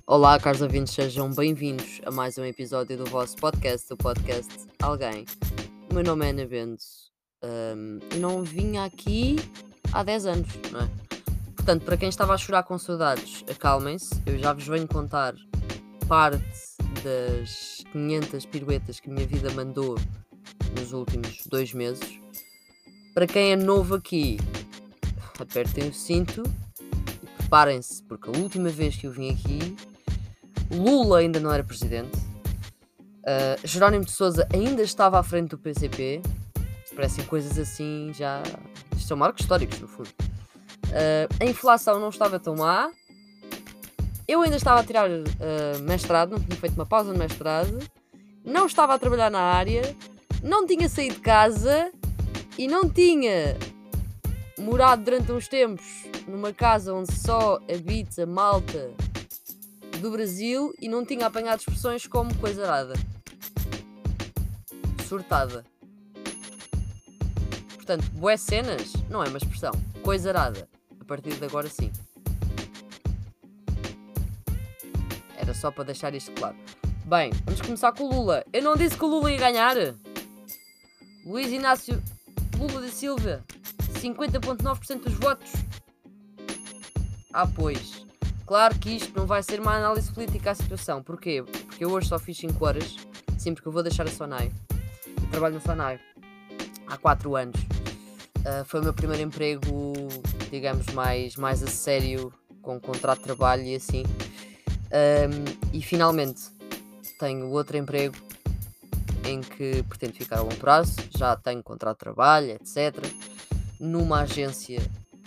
Olá, caros ouvintes, sejam bem-vindos a mais um episódio do vosso podcast, o podcast Alguém. O meu nome é Ana Bento e não vinha aqui há 10 anos, não é? Portanto, para quem estava a chorar com saudades, acalmem-se, eu já vos venho contar parte das 500 piruetas que a minha vida mandou nos últimos 2 meses. Para quem é novo aqui, apertem o cinto e preparem-se, porque a última vez que eu vim aqui, Lula ainda não era presidente, Jerónimo de Sousa ainda estava à frente do PCP, parecem coisas assim já. Isto são marcos históricos, no fundo. A inflação não estava tão má, eu ainda estava a tirar mestrado, não tinha feito uma pausa no mestrado, não estava a trabalhar na área, não tinha saído de casa e não tinha morado durante uns tempos numa casa onde só habita malta do Brasil e não tinha apanhado expressões como coisarada, surtada. Portanto, bué cenas não é uma expressão, coisarada. A partir de agora sim. Era só para deixar isto claro. Bem, vamos começar com o Lula. Eu não disse que o Lula ia ganhar. Luís Inácio Lula da Silva, 50,9% dos votos. Pois. Claro que isto não vai ser uma análise política à situação. Porquê? Porque eu hoje só fiz 5 horas, sim, porque eu vou deixar a Sonai. Eu trabalho na Sonai há 4 anos. Foi o meu primeiro emprego, digamos, mais a sério, com contrato de trabalho e assim. E finalmente tenho outro emprego em que pretendo ficar a longo prazo. Já tenho contrato de trabalho, etc. Numa agência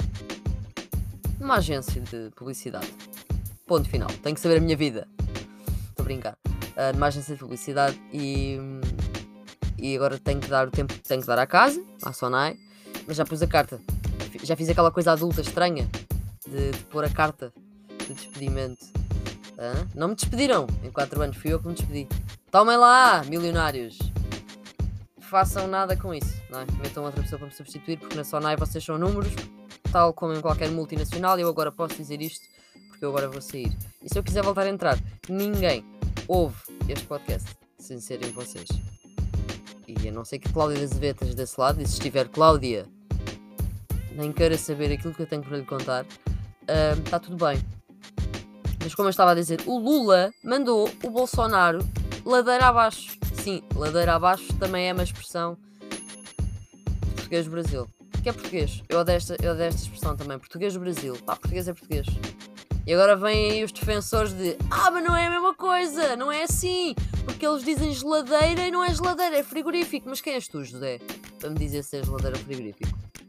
de publicidade. Ponto final. Tenho que saber a minha vida. Estou a brincar. Numa agência de publicidade e agora tenho que dar o tempo que tenho que dar à casa, à Sonai, mas já pus a carta. Já fiz aquela coisa adulta estranha de pôr a carta de despedimento. Não me despediram em 4 anos, fui eu que me despedi. Tomem lá, milionários. Façam nada com isso, não é? Metam outra pessoa para me substituir, porque na Sonai vocês são números, tal como em qualquer multinacional, e eu agora posso dizer isto porque eu agora vou sair. E se eu quiser voltar a entrar, ninguém ouve este podcast sem serem vocês. E a não ser que Cláudia Azevedo esteja desse lado, e se estiver Cláudia, nem queira saber aquilo que eu tenho para lhe contar, está tudo bem. Mas como eu estava a dizer, o Lula mandou o Bolsonaro ladeira abaixo. Sim, ladeira abaixo também é uma expressão de português do Brasil. Que é português. Eu odeio esta expressão também. Português do Brasil. Português é português. E agora vêm aí os defensores de mas não é a mesma coisa, não é assim. Porque eles dizem geladeira e não é geladeira, é frigorífico. Mas quem és tu, José, para me dizer se é geladeira ou frigorífico?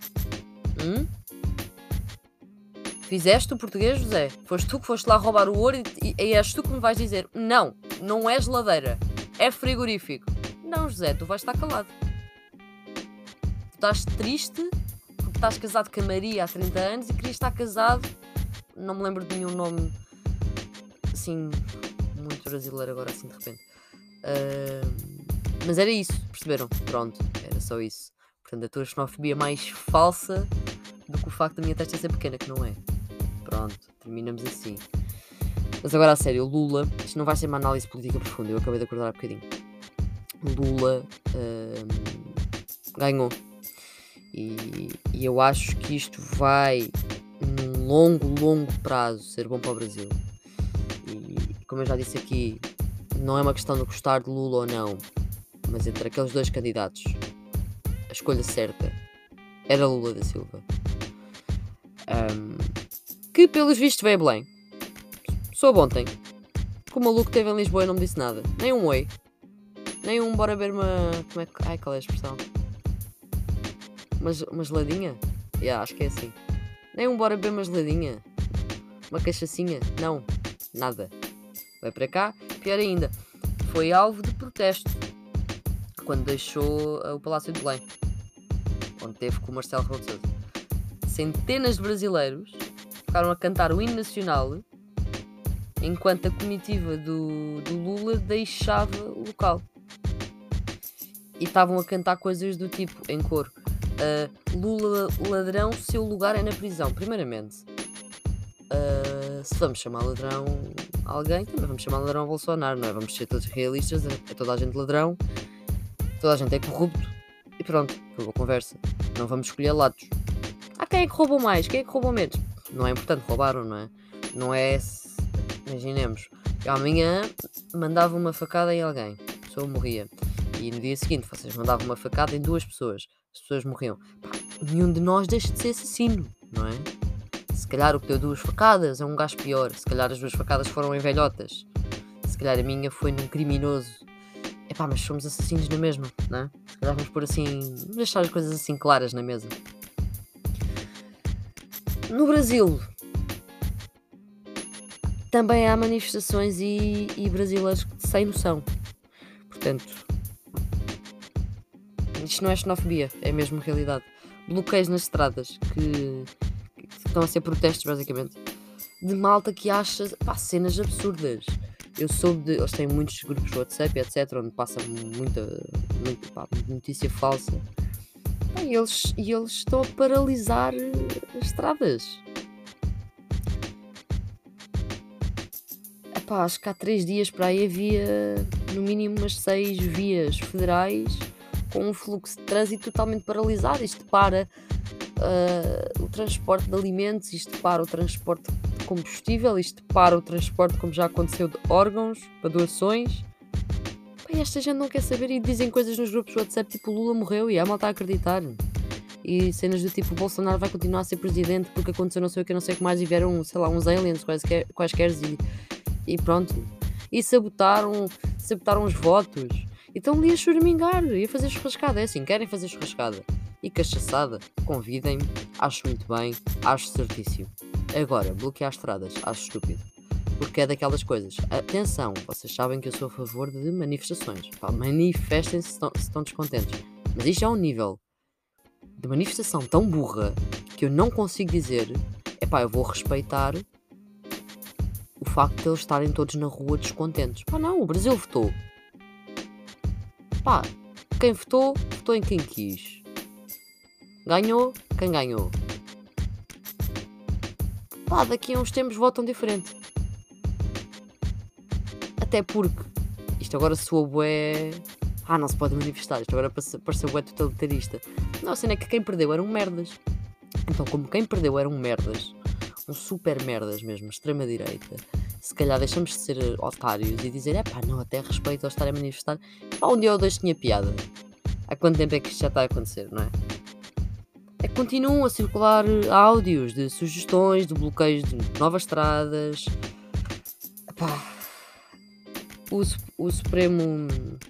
Fizeste o português, José? Foste tu que foste lá roubar o ouro e és tu que me vais dizer não é geladeira, é frigorífico. Não, José, tu vais estar calado. Tu estás triste porque estás casado com a Maria há 30 anos e querias estar casado, não me lembro de nenhum nome assim muito brasileiro agora assim de repente. Mas era isso, perceberam? Pronto, era só isso. Portanto, a tua xenofobia mais falsa do que o facto da minha testa ser pequena, que não é. Pronto, terminamos assim. Mas agora a sério, o Lula, isto não vai ser uma análise política profunda, eu acabei de acordar há bocadinho. Lula ganhou. E eu acho que isto vai, num longo prazo, ser bom para o Brasil. E como eu já disse aqui, não é uma questão de gostar de Lula ou não, mas entre aqueles dois candidatos, a escolha certa era Lula da Silva. Que pelos vistos veio Belém. Soube ontem que o maluco esteve em Lisboa e não me disse nada. Nem um oi. Nem um bora ver uma... qual é a expressão? Uma geladinha? Acho que é assim. Nem um bora beber uma geladinha. Uma cachaçinha. Não. Nada. Vai para cá. Pior ainda. Foi alvo de protesto quando deixou o Palácio de Belém, onde teve com o Marcelo Rebelo de Sousa. Centenas de brasileiros ficaram a cantar o hino nacional enquanto a comitiva do Lula deixava o local. E estavam a cantar coisas do tipo, em coro, Lula ladrão, seu lugar é na prisão. Primeiramente, se vamos chamar ladrão a alguém, também vamos chamar ladrão a Bolsonaro, não é? Vamos ser todos realistas, é toda a gente ladrão, toda a gente é corrupto e pronto, foi boa conversa. Não vamos escolher lados. Quem é que roubou mais? Quem é que roubou menos? Não é importante, roubaram, não é? Não é. Imaginemos, eu amanhã mandava uma facada em alguém, a pessoa morria. E no dia seguinte vocês mandavam uma facada em 2 pessoas, as pessoas morriam. Nenhum de nós deixa de ser assassino, não é? Se calhar o que deu 2 facadas é um gajo pior. Se calhar as 2 facadas foram em velhotas. Se calhar a minha foi num criminoso. Mas somos assassinos na mesma, não é? Se calhar vamos pôr assim, vamos deixar as coisas assim claras na mesa. No Brasil também há manifestações e brasileiros sem noção. Portanto, isto não é xenofobia, é mesmo realidade. Bloqueios nas estradas que estão a ser protestos, basicamente, de malta que acha cenas absurdas. Eu soube de. Eles têm muitos grupos de WhatsApp, etc., onde passa muita notícia falsa. E eles estão a paralisar as estradas. Acho que há 3 dias para aí havia no mínimo umas 6 vias federais com um fluxo de trânsito totalmente paralisado. Isto para o transporte de alimentos, isto para o transporte de combustível, isto para o transporte, como já aconteceu, de órgãos para doações. E esta gente não quer saber e dizem coisas nos grupos do WhatsApp tipo Lula morreu e a malta a acreditar. E cenas do tipo Bolsonaro vai continuar a ser presidente porque aconteceu não sei o que, não sei o que mais, e vieram, sei lá, uns aliens quaisquer e pronto. E sabotaram os votos. E estão ali a choramingar e a fazer churrascada. É assim, querem fazer churrascada e cachaçada? Convidem-me, acho muito bem, acho certíssimo. Agora, bloquear estradas, acho estúpido. Porque é daquelas coisas. Atenção, vocês sabem que eu sou a favor de manifestações. Manifestem-se se estão descontentes. Mas isto é um nível de manifestação tão burra que eu não consigo dizer eu vou respeitar o facto de eles estarem todos na rua descontentes. Não, o Brasil votou. Quem votou em quem quis. Ganhou quem ganhou. Daqui a uns tempos votam diferente. Até porque isto agora soa bué. Não se pode manifestar. Isto agora pareceu bué totalitarista. Não, a cena é que quem perdeu eram merdas. Então, como quem perdeu eram merdas, um super merdas mesmo, extrema-direita, se calhar deixamos de ser otários e dizer não, até respeito ao estar a manifestar. Um dia ou dois tinha piada. Há quanto tempo é que isto já está a acontecer, não é? É que continuam a circular áudios de sugestões, de bloqueios de novas estradas. O Supremo...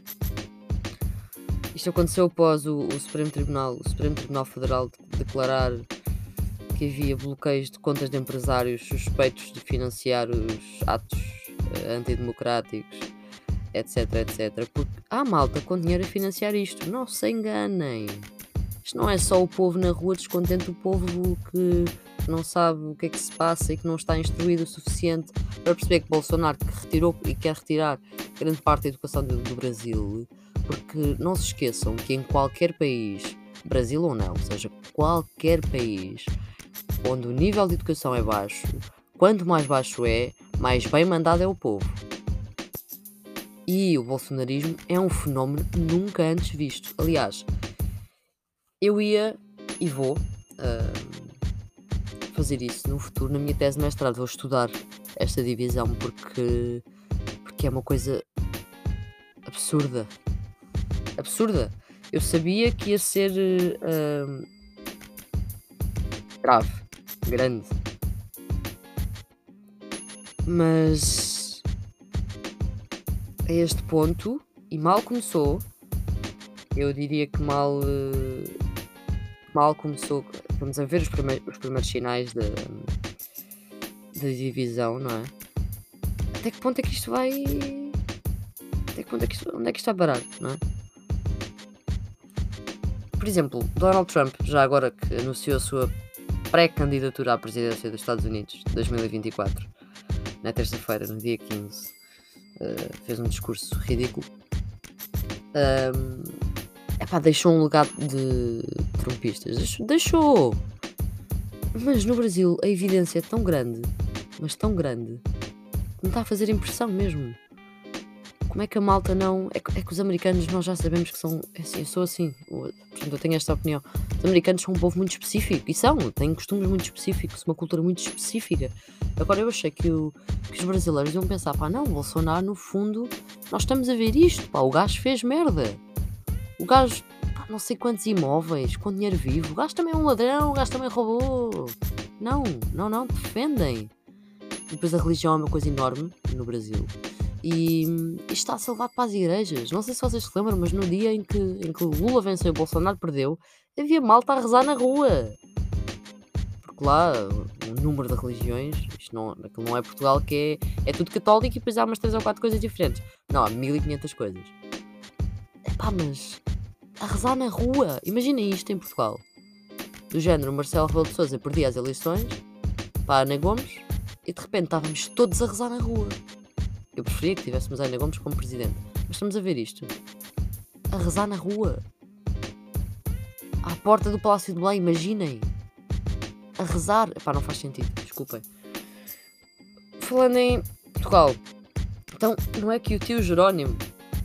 Isto aconteceu após o Supremo Tribunal Federal declarar que havia bloqueios de contas de empresários suspeitos de financiar os atos antidemocráticos, etc, porque há malta com dinheiro a financiar isto. Não se enganem. Isto não é só o povo na rua descontente, o povo que não sabe o que é que se passa e que não está instruído o suficiente para perceber que Bolsonaro retirou e quer retirar grande parte da educação do Brasil. Porque não se esqueçam que em qualquer país, Brasil ou não, ou seja, qualquer país onde o nível de educação é baixo, quanto mais baixo é, mais bem mandado é o povo. E o bolsonarismo é um fenómeno nunca antes visto. Aliás, eu ia e vou fazer isso no futuro, na minha tese de mestrado. Vou estudar esta divisão porque é uma coisa absurda. Eu sabia que ia ser grande, mas a este ponto, e mal começou, eu diria que mal começou. Vamos a ver os primeiros sinais da divisão, não é? Até que ponto é que isto vai... onde é que isto vai parar, não é? Por exemplo, Donald Trump, já agora que anunciou a sua pré-candidatura à presidência dos Estados Unidos de 2024, na terça-feira, no dia 15, fez um discurso ridículo. Deixou um legado de trumpistas. Deixou! Mas no Brasil a evidência é tão grande mas tão grande, que me está a fazer impressão mesmo. Como é que a malta não... É que os americanos nós já sabemos que são... É assim, eu sou assim, portanto eu tenho esta opinião. Os americanos são um povo muito específico, e têm costumes muito específicos, uma cultura muito específica. Agora eu achei que os brasileiros iam pensar, pá, não, Bolsonaro no fundo, nós estamos a ver isto, pá, o gajo fez merda. O gajo, pá, não sei quantos imóveis, com dinheiro vivo, o gajo também é um ladrão, o gajo também roubou. Não, defendem. E depois a religião é uma coisa enorme no Brasil. E isto está a ser levado para as igrejas. Não sei se vocês se lembram, mas no dia em que o Lula venceu e o Bolsonaro perdeu, havia malta a rezar na rua. Porque lá o número de religiões, aquilo não é Portugal, que é tudo católico e depois há umas 3 ou 4 coisas diferentes. Não, há 1500 coisas. Epá, mas a rezar na rua. Imaginem isto em Portugal. Do género, Marcelo Rebelo de Sousa perdia as eleições para a Ana Gomes e de repente estávamos todos a rezar na rua. Eu preferia que tivéssemos a Ana Gomes como presidente. Mas estamos a ver isto. A rezar na rua. À porta do Palácio de Belém, imaginem. A rezar. Epá, não faz sentido, desculpem. Falando em Portugal. Então, não é que o tio Jerónimo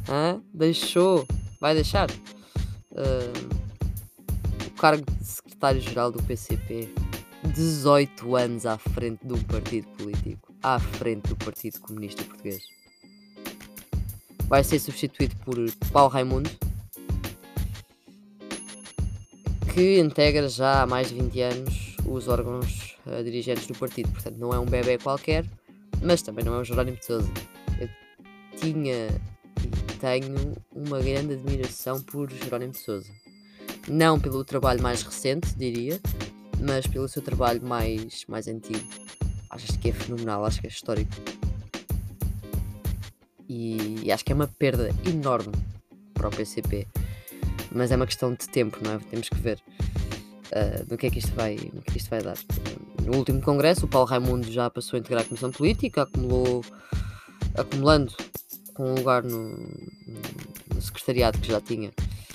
vai deixar o cargo de secretário-geral do PCP 18 anos à frente de um partido político, à frente do Partido Comunista Português. Vai ser substituído por Paulo Raimundo, que integra já há mais de 20 anos os órgãos dirigentes do partido. Portanto, não é um bebé qualquer, mas também não é um Jerónimo de Sousa. Eu tinha e tenho uma grande admiração por Jerónimo de Sousa. Não pelo trabalho mais recente, diria, mas pelo seu trabalho mais antigo. Acho que é fenomenal, acho que é histórico. E acho que é uma perda enorme para o PCP. Mas é uma questão de tempo, não é? Temos que ver no que é que isto vai dar. No último congresso, o Paulo Raimundo já passou a integrar a Comissão Política, acumulando com um lugar no secretariado que já tinha.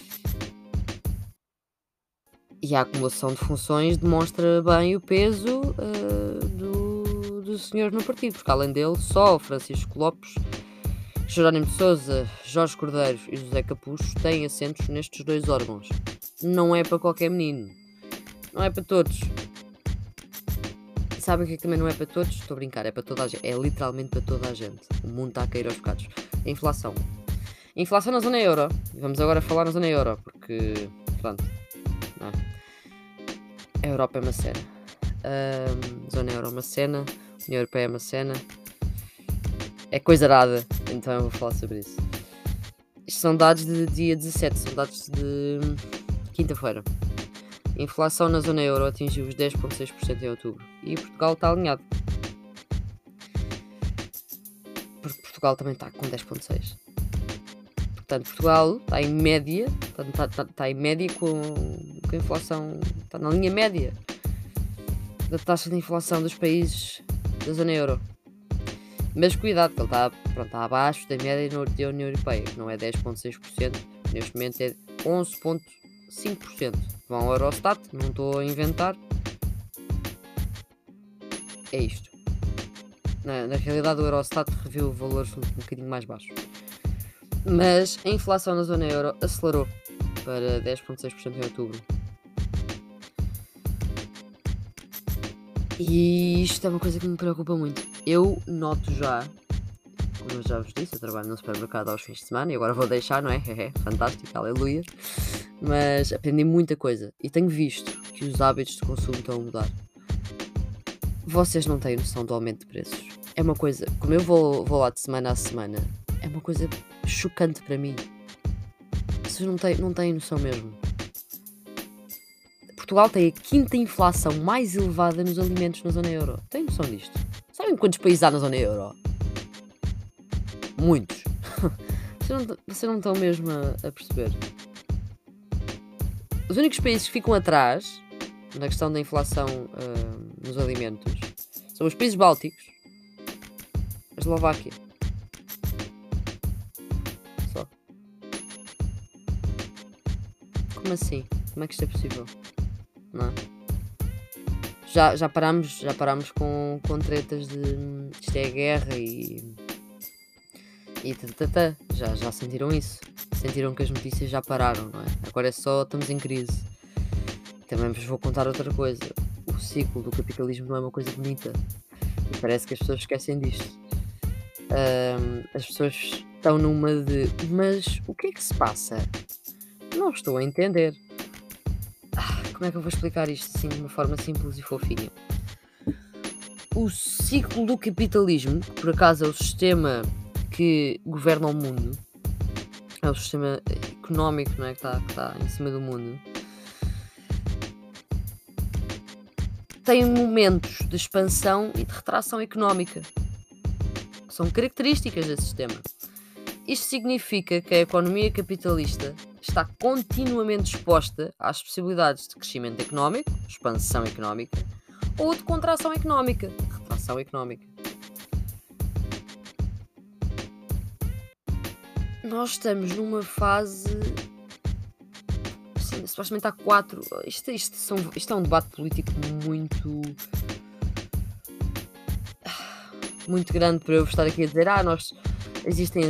E a acumulação de funções demonstra bem o peso do senhor no partido, porque além dele, só Francisco Lopes, Jerónimo de Sousa, Jorge Cordeiro e José Capucho têm assentos nestes 2 órgãos. Não é para qualquer menino. Não é para todos. Sabem o que é que também não é para todos? Estou a brincar, é para toda a gente. É literalmente para toda a gente. O mundo está a cair aos bocados. A inflação. A inflação na zona euro. Vamos agora falar na zona euro, porque, pronto, não é? A Europa é uma cena. Zona euro é uma cena. A União Europeia é uma cena. É coisa arada. Então eu vou falar sobre isso. Isto são dados de dia 17. São dados de quinta-feira. A inflação na zona euro atingiu os 10,6% em outubro. E Portugal está alinhado. Porque Portugal também está com 10,6%. Portanto, Portugal está em média. Está em média com a inflação. Está na linha média da taxa de inflação dos países da zona euro. Mas cuidado, que ele está abaixo da média da União Europeia, que não é 10,6%, neste momento é 11,5%. Vão ao Eurostat, não estou a inventar. É isto. Na realidade, o Eurostat reviu valores um bocadinho mais baixos. Mas a inflação na zona euro acelerou para 10,6% em outubro. E isto é uma coisa que me preocupa muito. Eu noto já, como eu já vos disse, eu trabalho no supermercado aos fins de semana e agora vou deixar, não é? Fantástico, aleluia. Mas aprendi muita coisa e tenho visto que os hábitos de consumo estão a mudar. Vocês não têm noção do aumento de preços. É uma coisa, como eu vou lá de semana a semana, é uma coisa chocante para mim. Vocês não têm noção mesmo. Portugal tem a 5ª inflação mais elevada nos alimentos na zona euro. Têm noção disto? Sabem quantos países há na zona euro? Muitos. Vocês não estão mesmo a perceber. Os únicos países que ficam atrás na questão da inflação nos alimentos são os países bálticos, a Eslováquia. Só. Como assim? Como é que isto é possível? Não é? já parámos com tretas de isto é guerra e tatatá. Já sentiram isso? Sentiram que as notícias já pararam, não é? Agora é só estamos em crise. Também vos vou contar outra coisa. O ciclo do capitalismo não é uma coisa bonita. E parece que as pessoas esquecem disto. As pessoas estão numa de mas o que é que se passa? Não estou a entender. Como é que eu vou explicar isto assim de uma forma simples e fofinha? O ciclo do capitalismo, que por acaso é o sistema que governa o mundo, é o sistema económico, não é, que está em cima do mundo, tem momentos de expansão e de retração económica, que são características desse sistema. Isto significa que a economia capitalista está continuamente exposta às possibilidades de crescimento económico, expansão económica, ou de contração económica, retração económica. Nós estamos numa fase. Sim, supostamente há 4. Isto é um debate político muito grande para eu estar aqui a dizer. Existem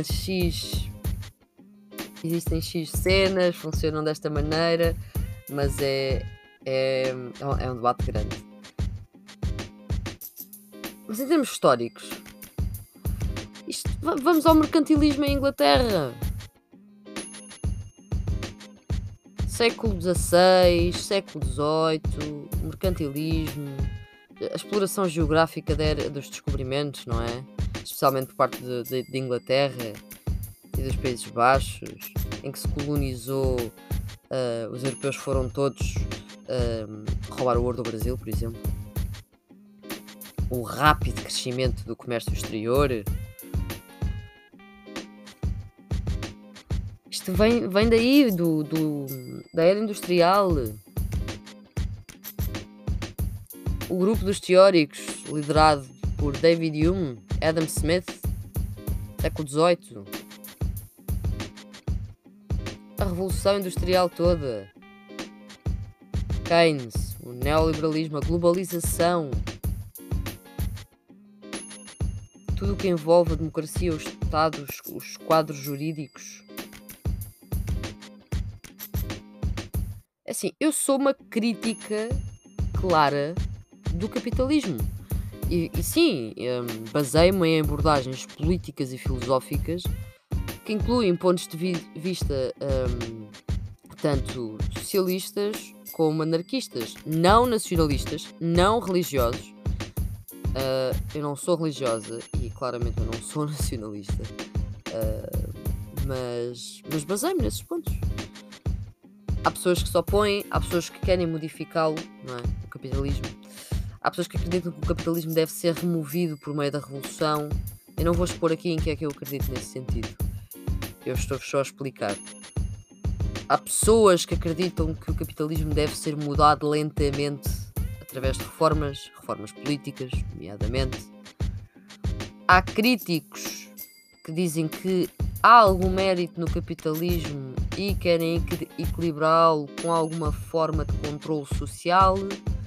X cenas, funcionam desta maneira, mas é um debate grande. Mas em termos históricos, vamos ao mercantilismo em Inglaterra. Século XVI, século XVIII, mercantilismo, a exploração geográfica dos descobrimentos, não é? Especialmente por parte de Inglaterra e dos Países Baixos, em que se colonizou, os europeus foram todos roubar o ouro do Brasil, por exemplo. O rápido crescimento do comércio exterior. Isto vem daí, da era industrial. O grupo dos teóricos, liderado por David Hume, Adam Smith, século XVIII. A Revolução Industrial toda. Keynes, o neoliberalismo, a globalização. Tudo o que envolve a democracia, os estados, os quadros jurídicos. Assim, eu sou uma crítica clara do capitalismo. E sim, baseio-me em abordagens políticas e filosóficas que incluem pontos de vista tanto socialistas como anarquistas, não nacionalistas, não religiosos. Eu não sou religiosa e claramente eu não sou nacionalista, mas baseio-me nesses pontos. Há pessoas que se opõem, há pessoas que querem modificá-lo, não é? O capitalismo. Há pessoas que acreditam que o capitalismo deve ser removido por meio da revolução. Eu não vou expor aqui em que é que eu acredito nesse sentido. Eu estou-vos só a explicar. Há pessoas que acreditam que o capitalismo deve ser mudado lentamente através de reformas políticas, nomeadamente. Há críticos que dizem que há algum mérito no capitalismo e querem equilibrá-lo com alguma forma de controle social,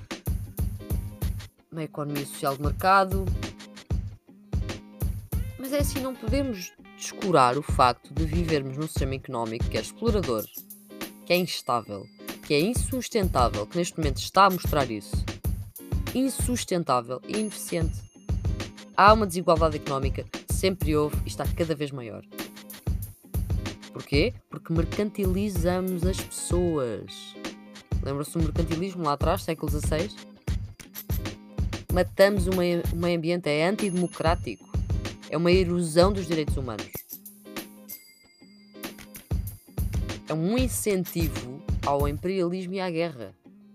uma economia social de mercado. Mas é assim, não podemos descurar o facto de vivermos num sistema económico que é explorador, que é instável, que é insustentável, que neste momento está a mostrar isso. Insustentável e ineficiente. Há uma desigualdade económica, sempre houve e está cada vez maior. Porquê? Porque mercantilizamos as pessoas. Lembram-se do mercantilismo lá atrás, século XVI? Matamos o meio ambiente, é antidemocrático. É uma erosão dos direitos humanos. É um incentivo ao imperialismo e à guerra.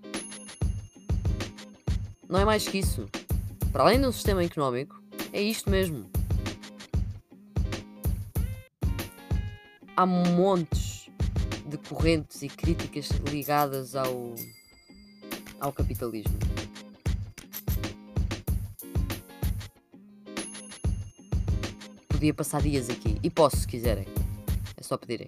Não é mais que isso. Para além de um sistema económico, é isto mesmo. Há montes de correntes e críticas ligadas ao capitalismo. Podia passar dias aqui. E posso, se quiserem. É só pedirem.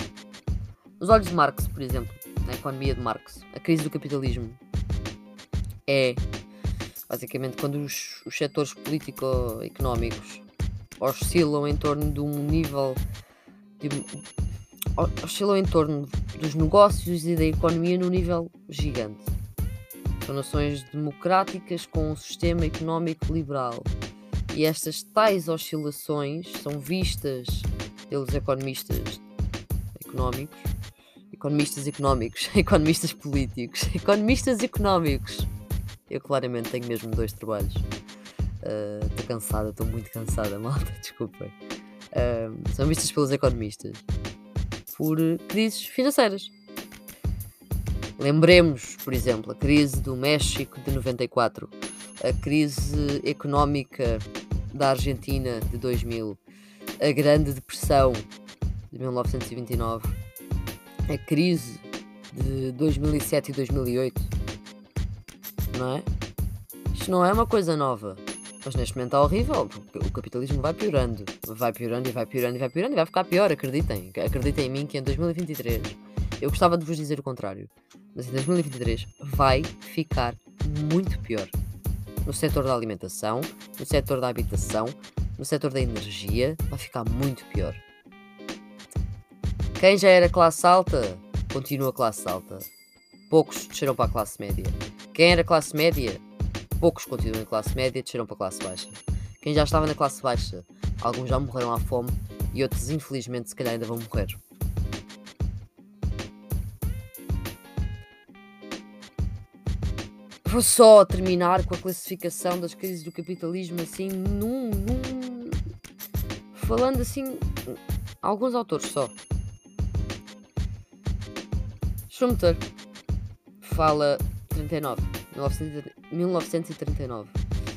Nos olhos de Marx, por exemplo, na economia de Marx, a crise do capitalismo é basicamente quando os setores político-económicos oscilam em torno de um nível de, oscilam em torno dos negócios e da economia num nível gigante. São nações democráticas com um sistema económico liberal. E estas tais oscilações são vistas pelos economistas económicos, economistas políticos, economistas económicos. Eu claramente tenho mesmo 2 trabalhos. Estou cansada, estou muito cansada, malta, desculpem. São vistas pelos economistas por crises financeiras. Lembremos, por exemplo, a crise do México de 94, a crise económica da Argentina de 2000, a Grande Depressão de 1929, a crise de 2007 e 2008, não é? Isto não é uma coisa nova, mas neste momento está horrível, porque o capitalismo vai piorando e vai ficar pior, acreditem em mim que em 2023, eu gostava de vos dizer o contrário, mas em 2023 vai ficar muito pior. No setor da alimentação, no setor da habitação, no setor da energia, vai ficar muito pior. Quem já era classe alta, continua classe alta. Poucos desceram para a classe média. Quem era classe média, poucos continuam em classe média, desceram para a classe baixa. Quem já estava na classe baixa, alguns já morreram à fome e outros, infelizmente, se calhar ainda vão morrer. Vou só terminar com a classificação das crises do capitalismo, assim, falando assim, alguns autores só. Schumpeter fala 1939.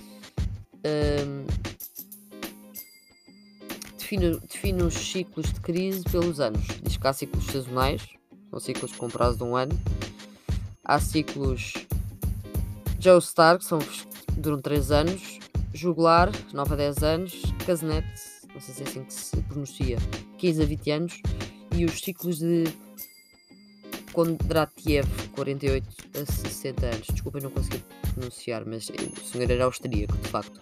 Define os ciclos de crise pelos anos. Diz que há ciclos sazonais, são ciclos com prazo de 1 ano. Há ciclos Joe Stark, duram 3 anos. Jugular, 9 a 10 anos. Casenet, não sei se é assim que se pronuncia, 15 a 20 anos. E os ciclos de Kondratiev, 48 a 60 anos. Desculpem, não consegui pronunciar, mas o senhor era austríaco, de facto.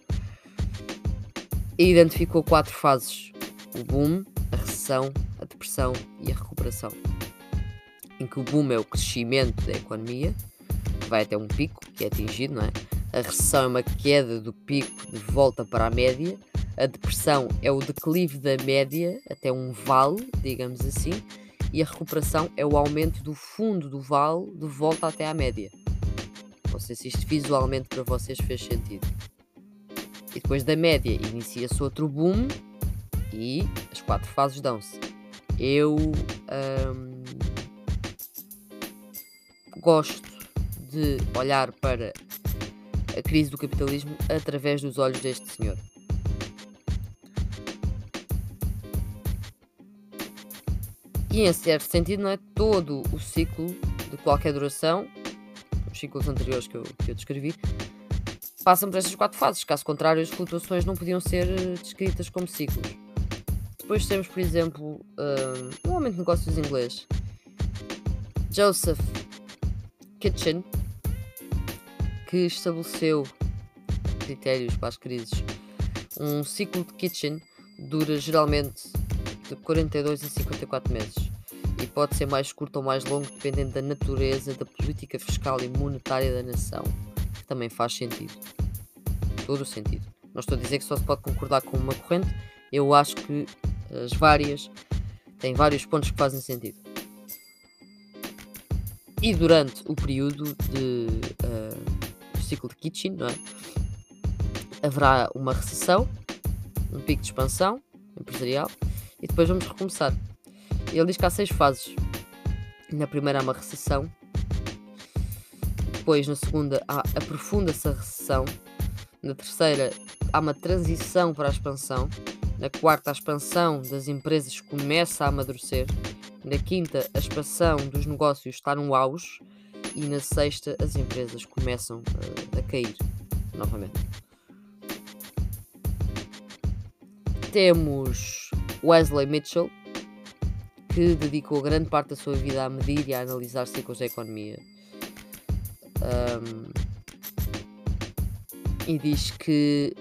E identificou 4 fases: o boom, a recessão, a depressão e a recuperação. Em que o boom é o crescimento da economia, que vai até um pico, que é atingido, não é? A recessão é uma queda do pico de volta para a média. A depressão é o declive da média até um vale, digamos assim. E a recuperação é o aumento do fundo do vale de volta até à média. Não sei se isto visualmente para vocês fez sentido. E depois da média inicia-se outro boom e as 4 fases dão-se. Eu gosto de olhar para a crise do capitalismo através dos olhos deste senhor. E em certo sentido, não é todo o ciclo de qualquer duração, os ciclos anteriores que eu descrevi, passam por estas 4 fases. Caso contrário, as flutuações não podiam ser descritas como ciclos. Depois temos, por exemplo, um homem de negócios inglês, Joseph Kitchen, que estabeleceu critérios para as crises. Um ciclo de Kitchen dura geralmente de 42 a 54 meses e pode ser mais curto ou mais longo dependendo da natureza da política fiscal e monetária da nação, que também faz sentido, todo o sentido. Não estou a dizer que só se pode concordar com uma corrente, eu acho que as várias têm vários pontos que fazem sentido. E durante o período de ciclo de Kitchen, não é? Haverá uma recessão, um pico de expansão empresarial e depois vamos recomeçar. Ele diz que há 6 fases. Na primeira há uma recessão, depois na segunda aprofunda-se a recessão, na terceira há uma transição para a expansão, na quarta a expansão das empresas começa a amadurecer, na quinta a expansão dos negócios está no auge e na sexta as empresas começam a cair novamente. Temos Wesley Mitchell, que dedicou grande parte da sua vida a medir e a analisar ciclos da economia. e diz que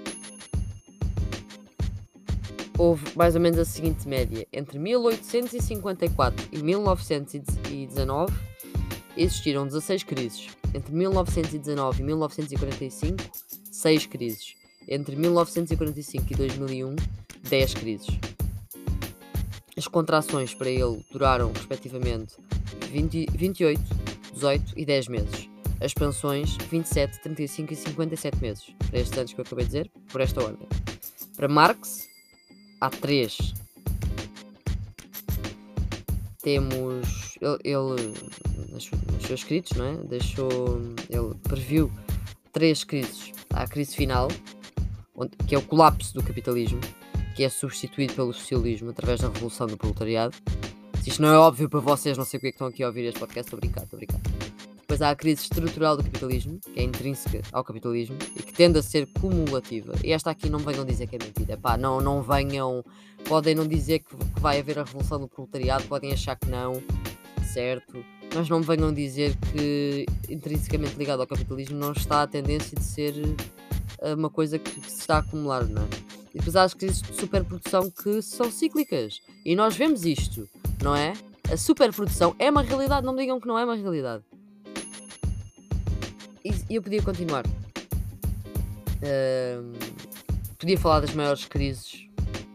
houve mais ou menos a seguinte média: entre 1854 e 1919 existiram 16 crises. Entre 1919 e 1945, 6 crises. Entre 1945 e 2001, 10 crises. As contrações para ele duraram, respectivamente, 28, 18 e 10 meses. As expansões, 27, 35 e 57 meses. Para estes anos que eu acabei de dizer, por esta ordem. Para Marx, há 3. Temos... Ele nos seus escritos, não é? Ele previu 3 crises. Há a crise final, que é o colapso do capitalismo, que é substituído pelo socialismo através da revolução do proletariado. Se isto não é óbvio para vocês, não sei porque é que estão aqui a ouvir este podcast, estou a brincar. Depois há a crise estrutural do capitalismo, que é intrínseca ao capitalismo e que tende a ser cumulativa. E esta aqui não me venham dizer que é mentira. Pá, não venham... Podem não dizer que vai haver a revolução do proletariado, podem achar que não, certo? Mas não me venham dizer que intrinsecamente ligado ao capitalismo não está a tendência de ser uma coisa que se está a acumular, não é? E depois há as crises de superprodução que são cíclicas. E nós vemos isto, não é? A superprodução é uma realidade, não me digam que não é uma realidade. E eu podia continuar. Podia falar das maiores crises.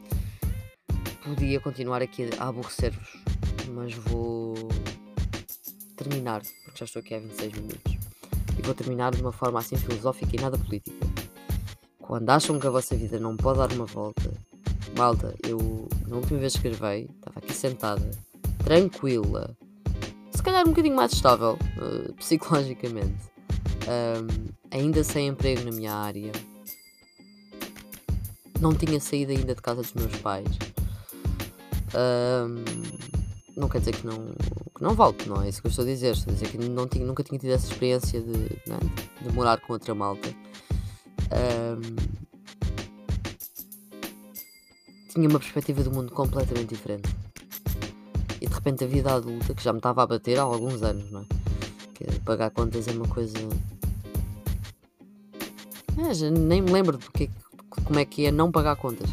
Podia continuar aqui a aborrecer-vos. Mas vou terminar, porque já estou aqui há 26 minutos. E vou terminar de uma forma assim filosófica e nada política. Quando acham que a vossa vida não pode dar uma volta, malta, eu na última vez que gravei, estava aqui sentada, tranquila, se calhar um bocadinho mais estável, psicologicamente, ainda sem emprego na minha área, não tinha saído ainda de casa dos meus pais. Não quer dizer que não volte, não é isso que eu estou a dizer. Estou a dizer que nunca tinha tido essa experiência de morar com outra malta. Tinha uma perspectiva do mundo completamente diferente. E de repente a vida adulta, que já me estava a bater há alguns anos, não é? Que pagar contas é uma coisa... já nem me lembro como é que é não pagar contas.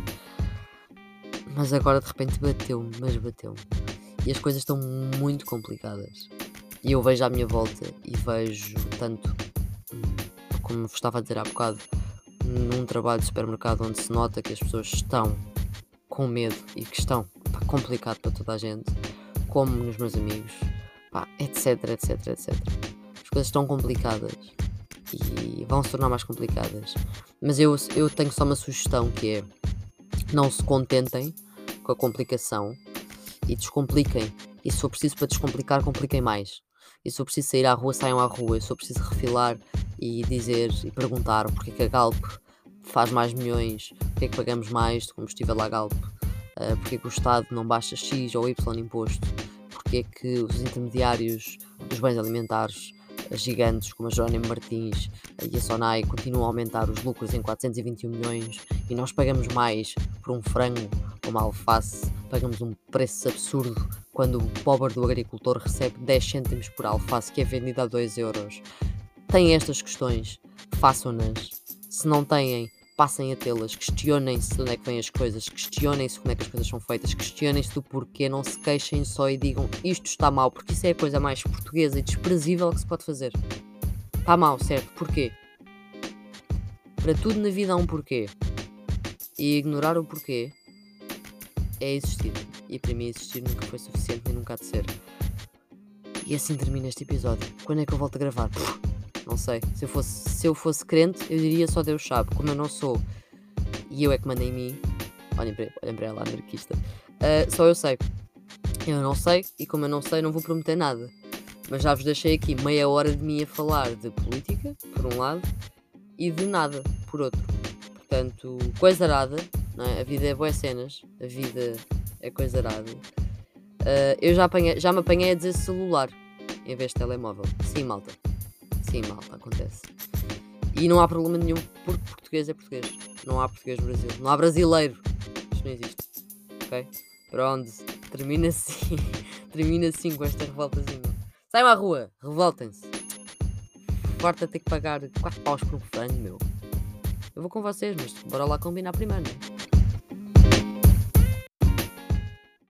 Mas agora de repente bateu-me. E as coisas estão muito complicadas. E eu vejo à minha volta e vejo tanto, como vos estava a dizer há bocado, num trabalho de supermercado onde se nota que as pessoas estão com medo e que está complicado para toda a gente, como nos meus amigos, etc. As coisas estão complicadas e vão se tornar mais complicadas. Mas eu tenho só uma sugestão, que é: não se contentem com a complicação e descompliquem. E se for preciso para descomplicar, compliquem mais. E se for preciso sair à rua, saiam à rua. E se for preciso refilar e dizer e perguntar porque é que a Galp faz mais milhões, porque é que pagamos mais de combustível à Galp, porque é que o Estado não baixa X ou Y imposto, porque é que os intermediários dos bens alimentares gigantes como a Jerónimo Martins e a Sonai continuam a aumentar os lucros em 421 milhões e nós pagamos mais por um frango ou uma alface, pagamos um preço absurdo quando o pobre do agricultor recebe 10 cêntimos por alface que é vendida a 2 euros. Têm estas questões, façam-nas. Se não têm, passem a tê-las, questionem-se de onde é que vêm as coisas, questionem-se como é que as coisas são feitas, questionem-se do porquê, não se queixem só e digam isto está mal, porque isso é a coisa mais portuguesa e desprezível que se pode fazer. Está mal, certo? Porquê? Para tudo na vida há um porquê. E ignorar o porquê é existir. E para mim existir nunca foi suficiente nem nunca há de ser. E assim termina este episódio. Quando é que eu volto a gravar? Não sei. Se eu fosse crente, eu diria só Deus sabe. Como eu não sou e eu é que mando em mim, olhem para ela, anarquista, só eu sei. Eu não sei, e como eu não sei, não vou prometer nada. Mas já vos deixei aqui meia hora de mim a falar de política, por um lado, e de nada, por outro. Portanto, coisa arada, não é? A vida é boas cenas, a vida é coisa arada. Eu já me apanhei a dizer celular em vez de telemóvel. Sim, malta, acontece. E não há problema nenhum, porque português é português. Não há português no Brasil. Não há brasileiro. Isto não existe. Ok? Pronto. Termina assim com esta revoltazinha. Saiam à rua. Revoltem-se. Farta ter que pagar 4 paus por um frango, meu. Eu vou com vocês, mas bora lá combinar primeiro, né?